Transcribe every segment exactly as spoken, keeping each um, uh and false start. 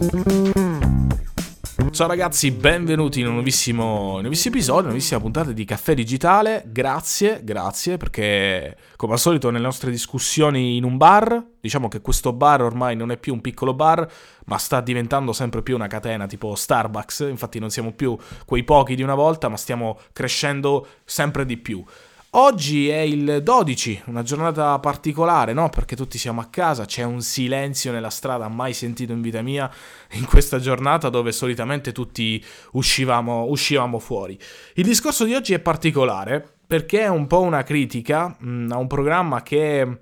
Ciao ragazzi, benvenuti in un nuovissimo, nuovissimo episodio, una nuovissima puntata di Caffè Digitale. Grazie, grazie, perché come al solito nelle nostre discussioni in un bar, diciamo che questo bar ormai non è più un piccolo bar, ma sta diventando sempre più una catena tipo Starbucks. Infatti non siamo più quei pochi di una volta, ma stiamo crescendo sempre di più. Oggi è il dodici, una giornata particolare, no? Perché tutti siamo a casa, c'è un silenzio nella strada mai sentito in vita mia in questa giornata dove solitamente tutti uscivamo, uscivamo fuori. Il discorso di oggi è particolare perché è un po' una critica mh, a un programma che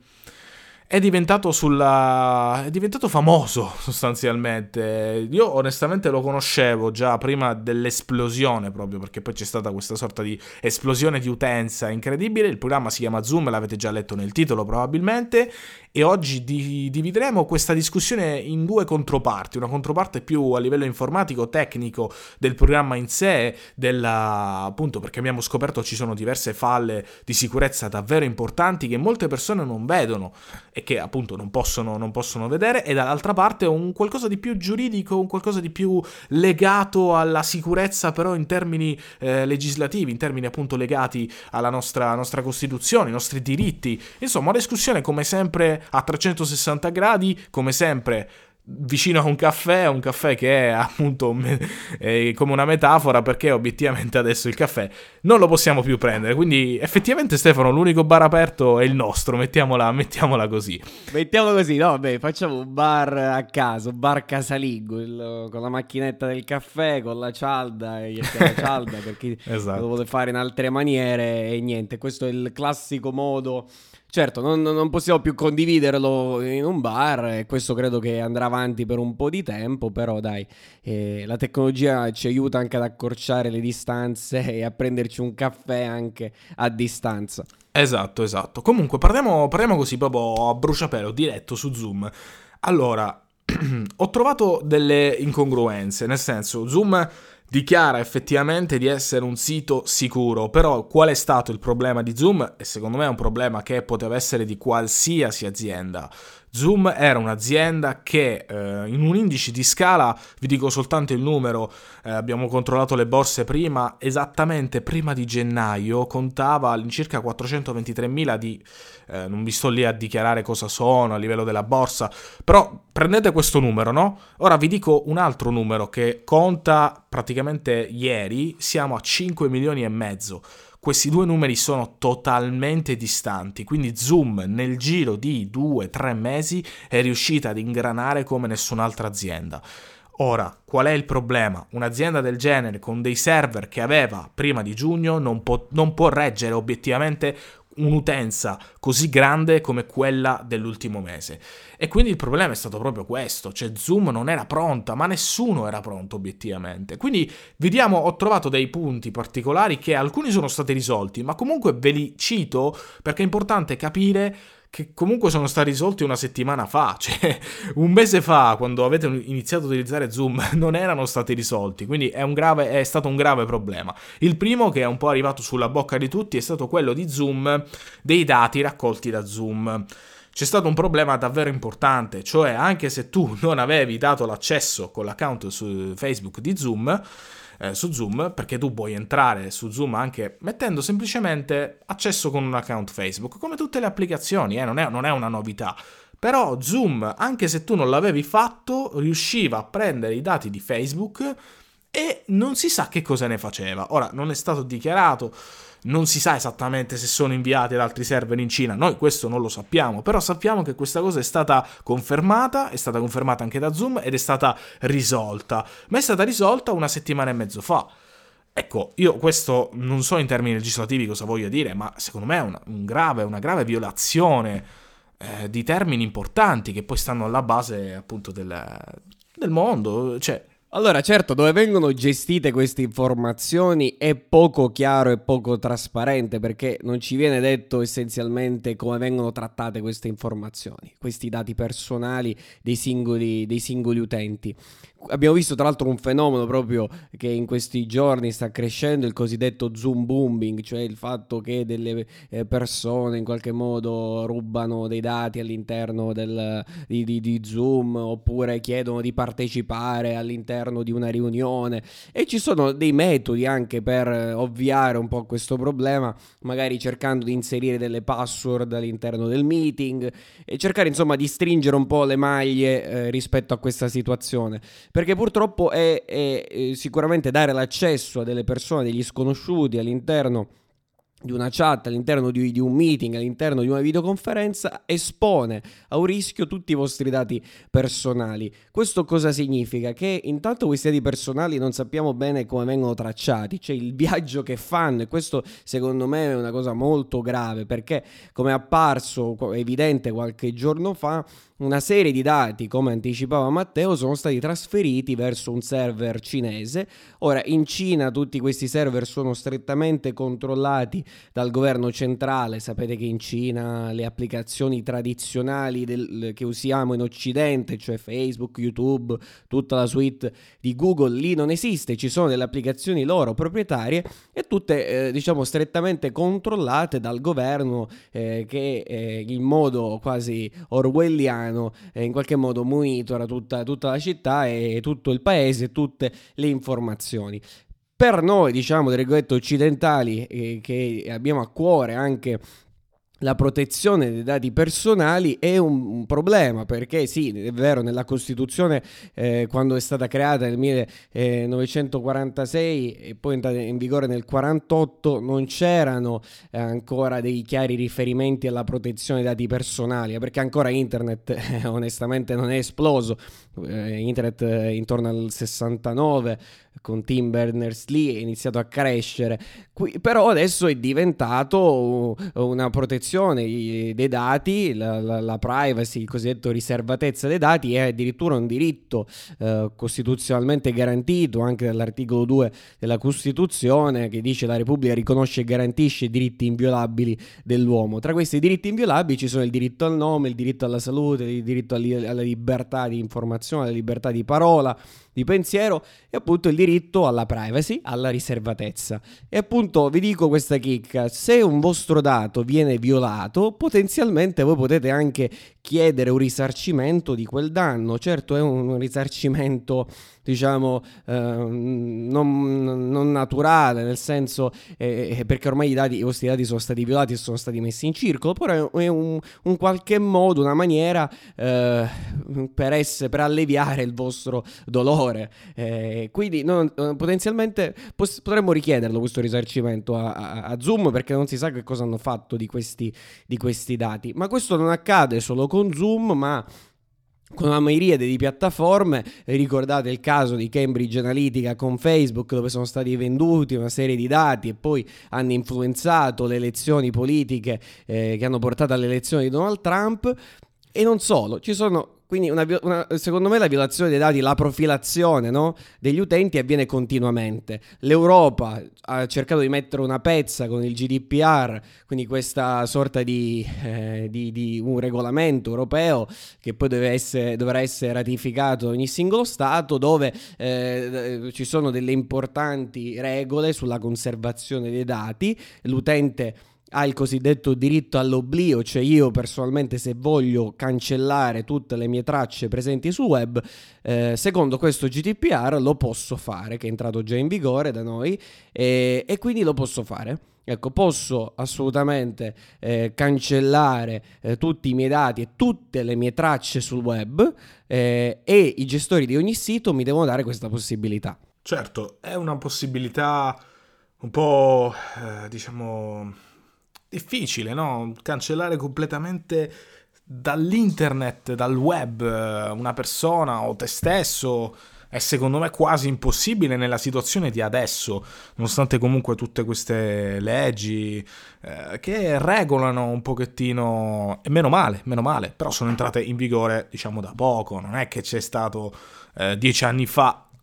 è diventato sulla è diventato famoso sostanzialmente. Io onestamente lo conoscevo già prima dell'esplosione, proprio perché poi c'è stata questa sorta di esplosione di utenza incredibile. Il programma si chiama Zoom, l'avete già letto nel titolo probabilmente, e oggi di- divideremo questa discussione in due controparti, una controparte più a livello informatico, tecnico del programma in sé, della, appunto perché abbiamo scoperto ci sono diverse falle di sicurezza davvero importanti che molte persone non vedono e che appunto non possono, non possono vedere, e dall'altra parte un qualcosa di più giuridico, un qualcosa di più legato alla sicurezza però in termini eh, legislativi, in termini appunto legati alla nostra, nostra Costituzione, ai nostri diritti. Insomma, una discussione come sempre a trecentosessanta gradi, come sempre vicino a un caffè, un caffè che è appunto è come una metafora, perché obiettivamente adesso il caffè non lo possiamo più prendere, quindi effettivamente Stefano l'unico bar aperto è il nostro, mettiamola, mettiamola così Mettiamolo così, no, beh, facciamo un bar a caso, bar casalingo, il- con la macchinetta del caffè, con la cialda, e la cialda perché esatto. lo potete fare in altre maniere e niente, questo è il classico modo. Certo, non, non possiamo più condividerlo in un bar e questo credo che andrà avanti per un po' di tempo, però dai, eh, la tecnologia ci aiuta anche ad accorciare le distanze e a prenderci un caffè anche a distanza. Esatto, esatto. Comunque parliamo, parliamo così proprio a bruciapelo, diretto su Zoom. Allora, ho trovato delle incongruenze, nel senso, Zoom dichiara effettivamente di essere un sito sicuro, però qual è stato il problema di Zoom? E secondo me è un problema che poteva essere di qualsiasi azienda. Zoom era un'azienda che eh, in un indice di scala, vi dico soltanto il numero, eh, abbiamo controllato le borse prima, esattamente prima di gennaio contava all'incirca quattrocentoventitremila di, eh, non vi sto lì a dichiarare cosa sono a livello della borsa, però prendete questo numero, no? Ora vi dico un altro numero che conta praticamente ieri, siamo a cinque milioni e mezzo. Questi due numeri sono totalmente distanti, quindi Zoom nel giro di due tre mesi è riuscita ad ingranare come nessun'altra azienda. Ora, qual è il problema? Un'azienda del genere con dei server che aveva prima di giugno non può, non può reggere obiettivamente un'utenza così grande come quella dell'ultimo mese. E quindi il problema è stato proprio questo, cioè Zoom non era pronta, ma nessuno era pronto obiettivamente. Quindi vediamo, ho trovato dei punti particolari che alcuni sono stati risolti, ma comunque ve li cito perché è importante capire che comunque sono stati risolti una settimana fa, cioè un mese fa, quando avete iniziato a utilizzare Zoom, non erano stati risolti, quindi è, un grave, è stato un grave problema. Il primo, che è un po' arrivato sulla bocca di tutti, è stato quello di Zoom, dei dati raccolti da Zoom. C'è stato un problema davvero importante, cioè anche se tu non avevi dato l'accesso con l'account su Facebook di Zoom, eh, su Zoom, perché tu puoi entrare su Zoom anche mettendo semplicemente accesso con un account Facebook, come tutte le applicazioni, eh, non è, non è una novità. Però Zoom, anche se tu non l'avevi fatto, riusciva a prendere i dati di Facebook e non si sa che cosa ne faceva. Ora, non è stato dichiarato, non si sa esattamente se sono inviati ad altri server in Cina, noi questo non lo sappiamo, però sappiamo che questa cosa è stata confermata, è stata confermata anche da Zoom ed è stata risolta, ma è stata risolta una settimana e mezzo fa. Ecco, io questo non so in termini legislativi cosa voglia dire, ma secondo me è una, un grave, una grave violazione eh, di termini importanti che poi stanno alla base appunto del, del mondo, cioè Allora, certo, dove vengono gestite queste informazioni è poco chiaro e poco trasparente, perché non ci viene detto essenzialmente come vengono trattate queste informazioni, questi dati personali dei singoli, dei singoli utenti. Abbiamo visto tra l'altro un fenomeno proprio che in questi giorni sta crescendo, il cosiddetto Zoom bombing, cioè il fatto che delle eh, persone in qualche modo rubano dei dati all'interno del, di, di, di Zoom, oppure chiedono di partecipare all'interno di una riunione, e ci sono dei metodi anche per eh, ovviare un po' questo problema, magari cercando di inserire delle password all'interno del meeting e cercare insomma di stringere un po' le maglie eh, rispetto a questa situazione. Perché purtroppo è, è, è sicuramente dare l'accesso a delle persone, degli sconosciuti all'interno di una chat, all'interno di, di un meeting, all'interno di una videoconferenza, espone a un rischio tutti i vostri dati personali. Questo cosa significa? Che intanto questi dati personali non sappiamo bene come vengono tracciati, cioè il viaggio che fanno, e questo secondo me è una cosa molto grave, perché come è apparso evidente qualche giorno fa, una serie di dati, come anticipava Matteo, sono stati trasferiti verso un server cinese. Ora, in Cina tutti questi server sono strettamente controllati dal governo centrale. Sapete che in Cina le applicazioni tradizionali del, che usiamo in Occidente, cioè Facebook, YouTube, tutta la suite di Google, lì non esiste, ci sono delle applicazioni loro proprietarie e tutte eh, diciamo strettamente controllate dal governo eh, che eh, in modo quasi orwelliano eh, in qualche modo monitora tutta, tutta la città e tutto il paese, tutte le informazioni. Per noi, diciamo, delle virgolette occidentali, eh, che abbiamo a cuore anche la protezione dei dati personali, è un, un problema, perché sì, è vero, nella Costituzione eh, quando è stata creata nel millenovecentoquarantasei e poi entrata in vigore nel quarantotto non c'erano eh, ancora dei chiari riferimenti alla protezione dei dati personali, perché ancora internet eh, onestamente non è esploso. eh, internet eh, intorno al sessantanove con Tim Berners-Lee è iniziato a crescere. Qui, però adesso è diventato una protezione dei dati, la, la, la privacy, il cosiddetto riservatezza dei dati, è addirittura un diritto eh, costituzionalmente garantito anche dall'articolo due della Costituzione, che dice: la Repubblica riconosce e garantisce i diritti inviolabili dell'uomo. Tra questi diritti inviolabili ci sono il diritto al nome, il diritto alla salute, il diritto alla libertà di informazione, alla libertà di parola, di pensiero, e appunto il diritto alla privacy, alla riservatezza. E appunto vi dico questa chicca: se un vostro dato viene violato, potenzialmente voi potete anche chiedere un risarcimento di quel danno. Certo, è un risarcimento diciamo eh, non, non naturale, nel senso eh, perché ormai i, dati, i vostri dati sono stati violati e sono stati messi in circolo, però è un, un qualche modo, una maniera eh, per, essere, per alleviare il vostro dolore. Eh, quindi non, potenzialmente pos- potremmo richiederlo questo risarcimento a, a, a Zoom, perché non si sa che cosa hanno fatto di questi, di questi dati. Ma questo non accade solo con Zoom, ma con una miriade di piattaforme. Ricordate il caso di Cambridge Analytica con Facebook, dove sono stati venduti una serie di dati e poi hanno influenzato le elezioni politiche eh, che hanno portato alle elezioni di Donald Trump. E non solo, ci sono quindi una, una, secondo me la violazione dei dati, la profilazione, no, degli utenti avviene continuamente. L'Europa ha cercato di mettere una pezza con il G D P R, quindi questa sorta di, eh, di, di un regolamento europeo che poi deve essere, dovrà essere ratificato da ogni singolo Stato, dove eh, ci sono delle importanti regole sulla conservazione dei dati. L'utente ha il cosiddetto diritto all'oblio, cioè io personalmente, se voglio cancellare tutte le mie tracce presenti sul web, eh, secondo questo G D P R lo posso fare, che è entrato già in vigore da noi, e, e quindi lo posso fare. Ecco, posso assolutamente eh, cancellare eh, tutti i miei dati e tutte le mie tracce sul web, eh, e i gestori di ogni sito mi devono dare questa possibilità. Certo, è una possibilità un po', eh, diciamo, difficile, no? Cancellare completamente dall'internet, dal web, una persona o te stesso è secondo me quasi impossibile nella situazione di adesso, nonostante comunque tutte queste leggi eh, che regolano un pochettino, e meno male, meno male, però sono entrate in vigore diciamo da poco, non è che c'è stato eh, dieci anni fa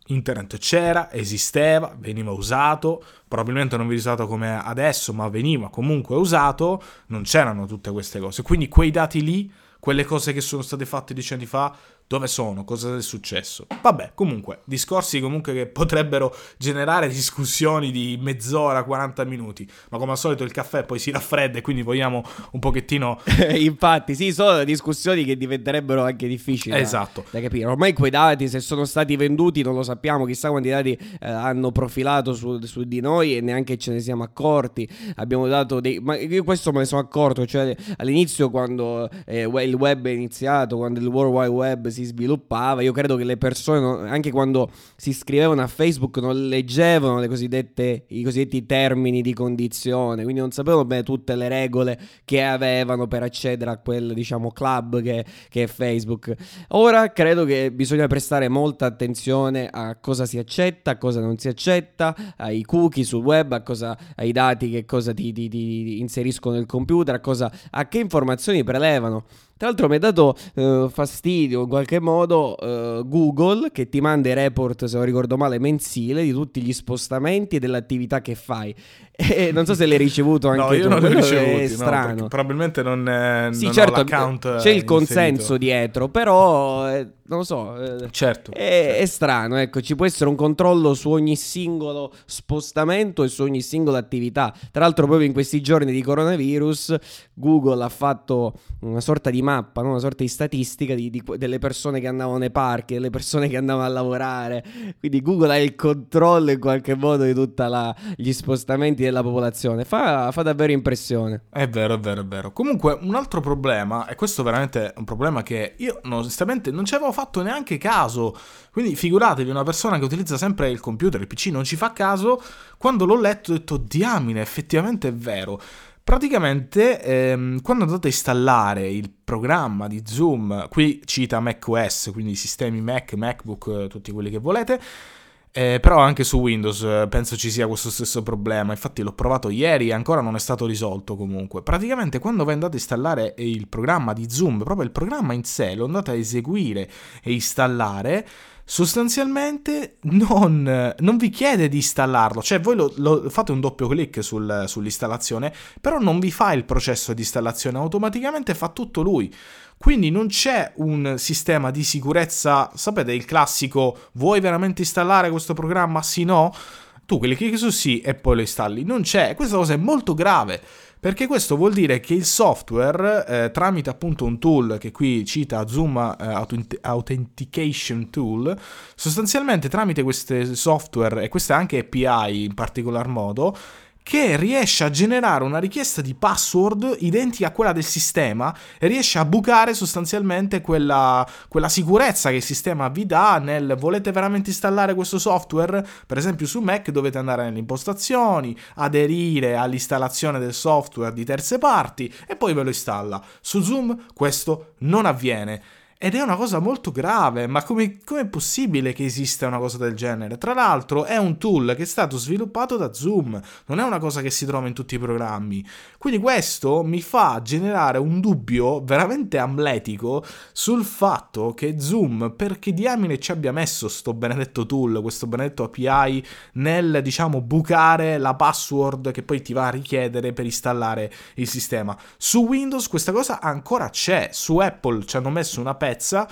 Internet c'era, esisteva, veniva usato, probabilmente non veniva usato come adesso, ma veniva comunque usato, non c'erano tutte queste cose. Quindi quei dati lì, quelle cose che sono state fatte dieci anni fa, dove sono? Cosa è successo? Vabbè, comunque, discorsi comunque che potrebbero generare discussioni di mezz'ora, quaranta minuti, ma come al solito il caffè poi si raffredda e quindi vogliamo un pochettino... Infatti, sì, sono discussioni che diventerebbero anche difficili da, esatto. da capire. Ormai quei dati, se sono stati venduti, non lo sappiamo, chissà quanti dati eh, hanno profilato su, su di noi e neanche ce ne siamo accorti. Abbiamo dato dei... Ma io questo me ne sono accorto, cioè all'inizio quando eh, il web è iniziato, quando il World Wide Web si sviluppava, io credo che le persone non, anche quando si iscrivevano a Facebook non leggevano le cosiddette i cosiddetti termini di condizione, quindi non sapevano bene tutte le regole che avevano per accedere a quel, diciamo, club che, che è Facebook. Ora credo che bisogna prestare molta attenzione a cosa si accetta, a cosa non si accetta, ai cookie sul web, a cosa, ai dati che cosa ti, ti, ti inseriscono nel computer, a cosa, a che informazioni prelevano. Tra l'altro mi ha dato uh, fastidio in qualche modo uh, Google, che ti manda i report, se non ricordo male, mensile di tutti gli spostamenti e dell'attività che fai. E non so se l'hai ricevuto anche no, io tu. non l'ho ricevuto, è strano. No, probabilmente non, eh, sì, non certo, ho l'account c'è il inserito. consenso dietro, però eh, non lo so, eh, certo, è, certo. è strano, ecco, ci può essere un controllo su ogni singolo spostamento e su ogni singola attività. Tra l'altro proprio in questi giorni di coronavirus Google ha fatto una sorta di mappa, no? Una sorta di statistica di, di, delle persone che andavano nei parchi, delle persone che andavano a lavorare, quindi Google ha il controllo in qualche modo di tutti gli spostamenti della popolazione. Fa, fa davvero impressione. È vero, è vero, è vero. Comunque un altro problema, e questo veramente è un problema che io onestamente non ci avevo fatto neanche caso, quindi figuratevi una persona che utilizza sempre il computer, il P C, non ci fa caso. Quando l'ho letto ho detto diamine, effettivamente è vero. Praticamente ehm, quando andate a installare il programma di Zoom, qui cita macOS, quindi sistemi Mac, MacBook, tutti quelli che volete, eh, però anche su Windows eh, penso ci sia questo stesso problema. Infatti l'ho provato ieri e ancora non è stato risolto. Comunque praticamente quando voi andate a installare il programma di Zoom, proprio il programma in sé lo andate a eseguire e installare, sostanzialmente non, non vi chiede di installarlo, cioè voi lo, lo fate un doppio clic sul, sull'installazione, però non vi fa il processo di installazione, automaticamente fa tutto lui. Quindi non c'è un sistema di sicurezza, sapete il classico, vuoi veramente installare questo programma? Sì, no? Tu clicchi su sì e poi lo installi. Non c'è, questa cosa è molto grave, perché questo vuol dire che il software, eh, tramite appunto un tool che qui cita Zoom eh, Authentication Tool, sostanzialmente tramite queste software e queste anche A P I in particolar modo, che riesce a generare una richiesta di password identica a quella del sistema e riesce a bucare sostanzialmente quella, quella sicurezza che il sistema vi dà nel volete veramente installare questo software? Per esempio su Mac dovete andare nelle impostazioni, aderire all'installazione del software di terze parti e poi ve lo installa. Su Zoom questo non avviene. Ed è una cosa molto grave, ma come è possibile che esista una cosa del genere? Tra l'altro è un tool che è stato sviluppato da Zoom, non è una cosa che si trova in tutti i programmi. Quindi questo mi fa generare un dubbio veramente amletico sul fatto che Zoom, perché diamine ci abbia messo sto benedetto tool, questo benedetto A P I, nel, diciamo, bucare la password che poi ti va a richiedere per installare il sistema. Su Windows questa cosa ancora c'è, su Apple ci hanno messo una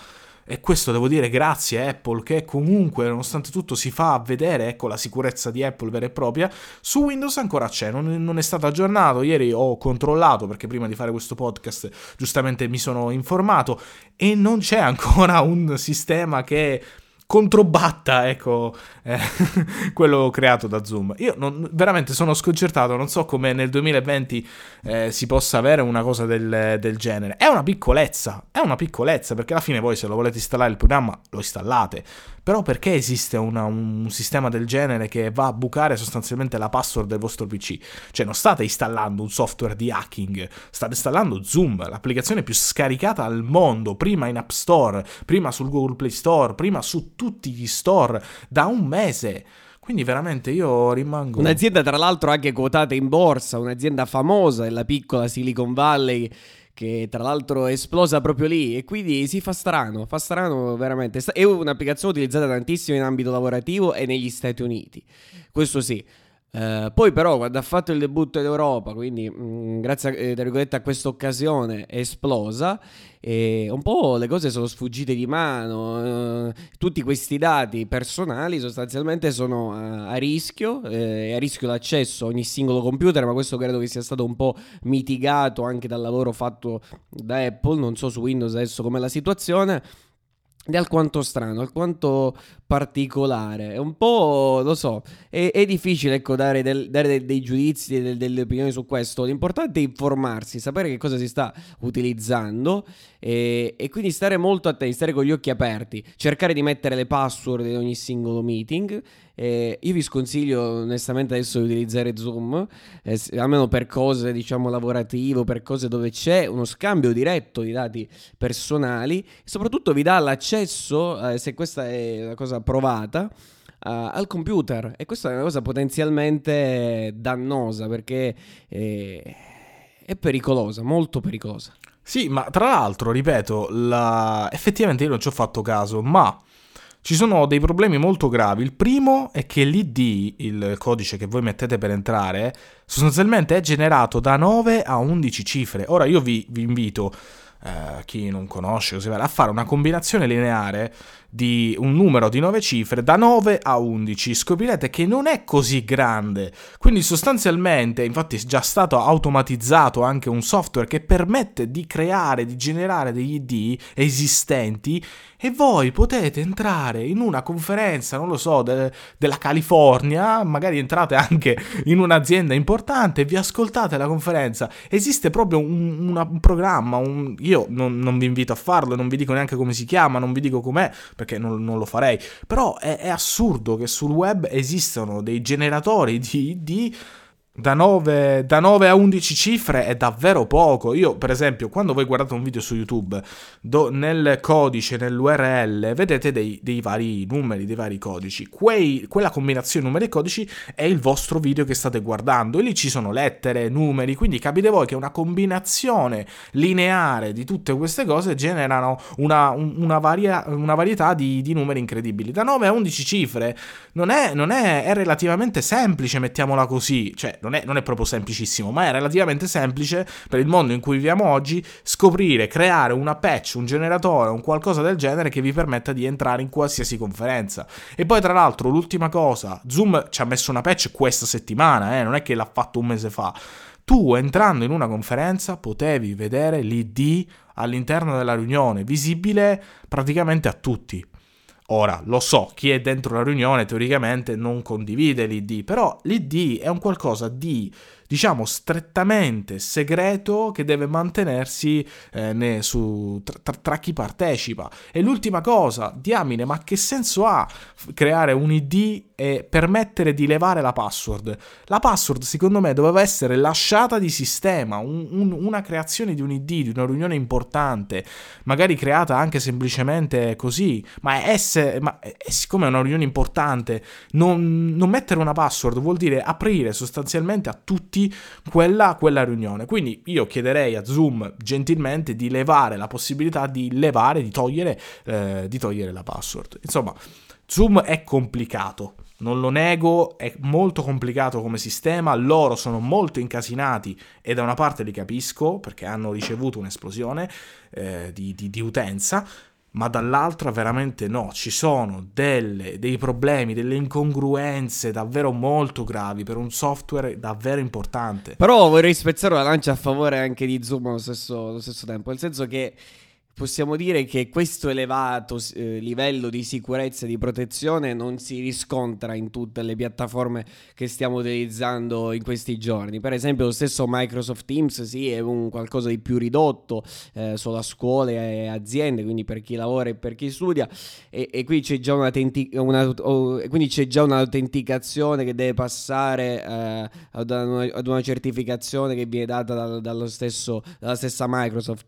e questo devo dire grazie a Apple, che comunque nonostante tutto si fa vedere, ecco, la sicurezza di Apple vera e propria. Su Windows ancora c'è, non, non è stato aggiornato. Ieri ho controllato perché prima di fare questo podcast giustamente mi sono informato e non c'è ancora un sistema che controbatta, ecco, eh, quello creato da Zoom. Io non, veramente sono sconcertato, non so come nel duemilaventi eh, si possa avere una cosa del, del genere. È una piccolezza, è una piccolezza, perché alla fine voi se lo volete installare il programma lo installate, però perché esiste una, un sistema del genere che va a bucare sostanzialmente la password del vostro P C? Cioè non state installando un software di hacking, state installando Zoom, l'applicazione più scaricata al mondo, prima in App Store, prima sul Google Play Store, prima su tutti gli store da un mese. Quindi veramente io rimango... Un'azienda tra l'altro anche quotata in borsa, un'azienda famosa della piccola Silicon Valley, che tra l'altro è esplosa proprio lì, e quindi si fa strano, fa strano veramente. È un'applicazione utilizzata tantissimo in ambito lavorativo e negli Stati Uniti, questo sì. Uh, poi però quando ha fatto il debutto in Europa, quindi mh, grazie a, eh, tra virgolette, a questa occasione è esplosa, e un po' le cose sono sfuggite di mano. Uh, tutti questi dati personali sostanzialmente sono a, a rischio, eh, è a rischio l'accesso a ogni singolo computer, ma questo credo che sia stato un po' mitigato anche dal lavoro fatto da Apple. Non so su Windows adesso com'è la situazione. Ed è alquanto strano, alquanto particolare, è un po', lo so, è, è difficile, ecco, dare, del, dare dei, dei giudizi, del, delle opinioni su questo. L'importante è informarsi, sapere che cosa si sta utilizzando, e, e quindi stare molto attenti, stare con gli occhi aperti, cercare di mettere le password in ogni singolo meeting. Eh, io vi sconsiglio onestamente adesso di utilizzare Zoom, eh, almeno per cose diciamo lavorative, per cose dove c'è uno scambio diretto di dati personali, e soprattutto vi dà l'accesso, eh, se questa è la cosa provata, Uh, al computer, e questa è una cosa potenzialmente dannosa, perché è, è pericolosa, molto pericolosa. Sì, ma tra l'altro, ripeto, la... effettivamente io non ci ho fatto caso, ma ci sono dei problemi molto gravi. Il primo è che l'I D, il codice che voi mettete per entrare, sostanzialmente è generato da nove a undici cifre. Ora io vi, vi invito, eh, chi non conosce, così vale, a fare una combinazione lineare di un numero di nove cifre da nove a undici. Scoprirete che non è così grande, quindi sostanzialmente, infatti è già stato automatizzato anche un software che permette di creare, di generare degli I D esistenti, e voi potete entrare in una conferenza, non lo so, de- della California, magari entrate anche in un'azienda importante e vi ascoltate la conferenza. Esiste proprio un, una, un programma, un... io non, non vi invito a farlo, non vi dico neanche come si chiama, non vi dico com'è, perché non, non lo farei, però è, è assurdo che sul web esistano dei generatori di I D da nove, da nove a undici cifre. È davvero poco. Io, per esempio, quando voi guardate un video su YouTube, do, nel codice, nell'U R L, vedete dei, dei vari numeri, dei vari codici. Quei, quella combinazione numeri e codici è il vostro video che state guardando, e lì ci sono lettere, numeri, quindi capite voi che una combinazione lineare di tutte queste cose generano una, una, varia, una varietà di, di numeri incredibili. Da nove a undici cifre non è, non è, è relativamente semplice, mettiamola così, cioè Non è, non è proprio semplicissimo, ma è relativamente semplice per il mondo in cui viviamo oggi scoprire, creare una patch, un generatore, un qualcosa del genere che vi permetta di entrare in qualsiasi conferenza. E poi tra l'altro l'ultima cosa, Zoom ci ha messo una patch questa settimana, eh, non è che l'ha fatto un mese fa. Tu entrando in una conferenza potevi vedere l'I D all'interno della riunione, visibile praticamente a tutti. Ora, lo so, chi è dentro la riunione teoricamente non condivide l'I D, però l'I D è un qualcosa di, diciamo, strettamente segreto che deve mantenersi eh, ne, su, tra, tra, tra chi partecipa. E l'ultima cosa, diamine, ma che senso ha creare un I D e permettere di levare la password? La password, secondo me, doveva essere lasciata di sistema, un, un, una creazione di un I D, di una riunione importante, magari creata anche semplicemente così, ma essere Ma siccome è una riunione importante, non, non mettere una password vuol dire aprire sostanzialmente a tutti quella, quella riunione. Quindi io chiederei a Zoom gentilmente di levare la possibilità di levare, di togliere, eh, di togliere la password. Insomma, Zoom è complicato, non lo nego, è molto complicato come sistema, loro sono molto incasinati e da una parte li capisco perché hanno ricevuto un'esplosione eh, di, di, di utenza, ma dall'altra veramente no, ci sono delle, dei problemi, delle incongruenze davvero molto gravi per un software davvero importante. Però vorrei spezzare una lancia a favore anche di Zoom allo stesso, allo stesso tempo, nel senso che possiamo dire che questo elevato eh, livello di sicurezza e di protezione non si riscontra in tutte le piattaforme che stiamo utilizzando in questi giorni. Per esempio lo stesso Microsoft Teams sì, è un qualcosa di più ridotto eh, solo a scuole e aziende, quindi per chi lavora e per chi studia, e, e qui c'è già un'autenti- una, oh, quindi c'è già un'autenticazione che deve passare eh, ad, una, ad una certificazione che viene data dal, dallo stesso, dalla stessa Microsoft.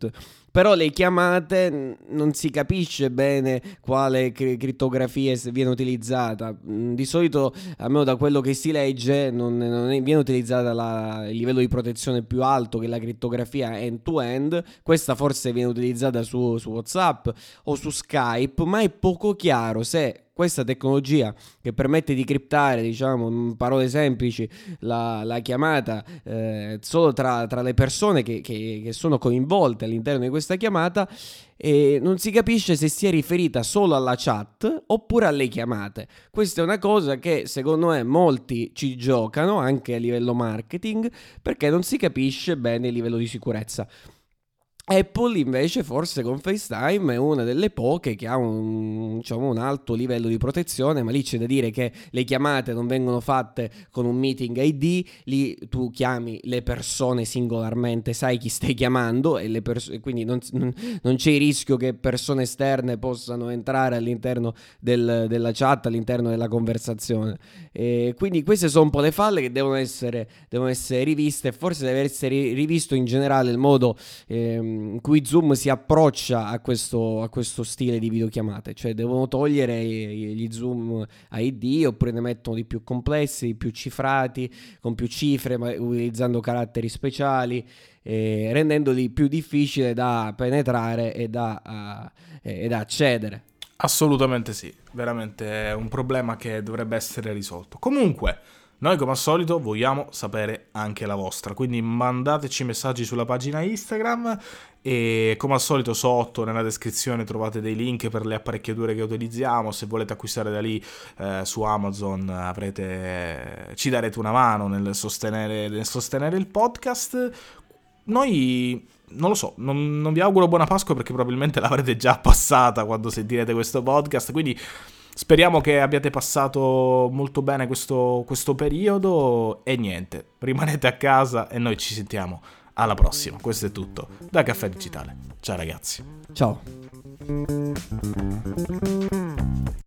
Però le chiamate non si capisce bene quale cri- crittografia viene utilizzata. Di solito, almeno da quello che si legge, non, non è, viene utilizzata la, il livello di protezione più alto, che è la crittografia end-to-end. Questa forse viene utilizzata su, su WhatsApp o su Skype, ma è poco chiaro se questa tecnologia che permette di criptare, diciamo, in parole semplici, la, la chiamata eh, solo tra, tra le persone che, che, che sono coinvolte all'interno di questa chiamata, e non si capisce se sia riferita solo alla chat oppure alle chiamate. Questa è una cosa che secondo me molti ci giocano anche a livello marketing, perché non si capisce bene il livello di sicurezza. Apple invece forse con FaceTime è una delle poche che ha un, diciamo, un alto livello di protezione, ma lì c'è da dire che le chiamate non vengono fatte con un meeting I D, lì tu chiami le persone singolarmente, sai chi stai chiamando e le pers- quindi non, non c'è il rischio che persone esterne possano entrare all'interno del, della chat, all'interno della conversazione. E quindi queste sono un po' le falle che devono essere, devono essere riviste, e forse deve essere rivisto in generale il modo ehm, in cui Zoom si approccia a questo, a questo stile di videochiamate, cioè devono togliere gli Zoom I D oppure ne mettono di più complessi, di più cifrati, con più cifre, ma utilizzando caratteri speciali, eh, rendendoli più difficili da penetrare e da, uh, e da accedere. Assolutamente sì, veramente è un problema che dovrebbe essere risolto. Comunque, noi come al solito vogliamo sapere anche la vostra, quindi mandateci messaggi sulla pagina Instagram e come al solito sotto nella descrizione trovate dei link per le apparecchiature che utilizziamo. Se volete acquistare da lì eh, su Amazon avrete, ci darete una mano nel sostenere, nel sostenere il podcast. Noi non lo so, non, non vi auguro buona Pasqua perché probabilmente l'avrete già passata quando sentirete questo podcast, quindi speriamo che abbiate passato molto bene questo, questo periodo e niente, rimanete a casa e noi ci sentiamo alla prossima. Questo è tutto da Caffè Digitale. Ciao ragazzi. Ciao.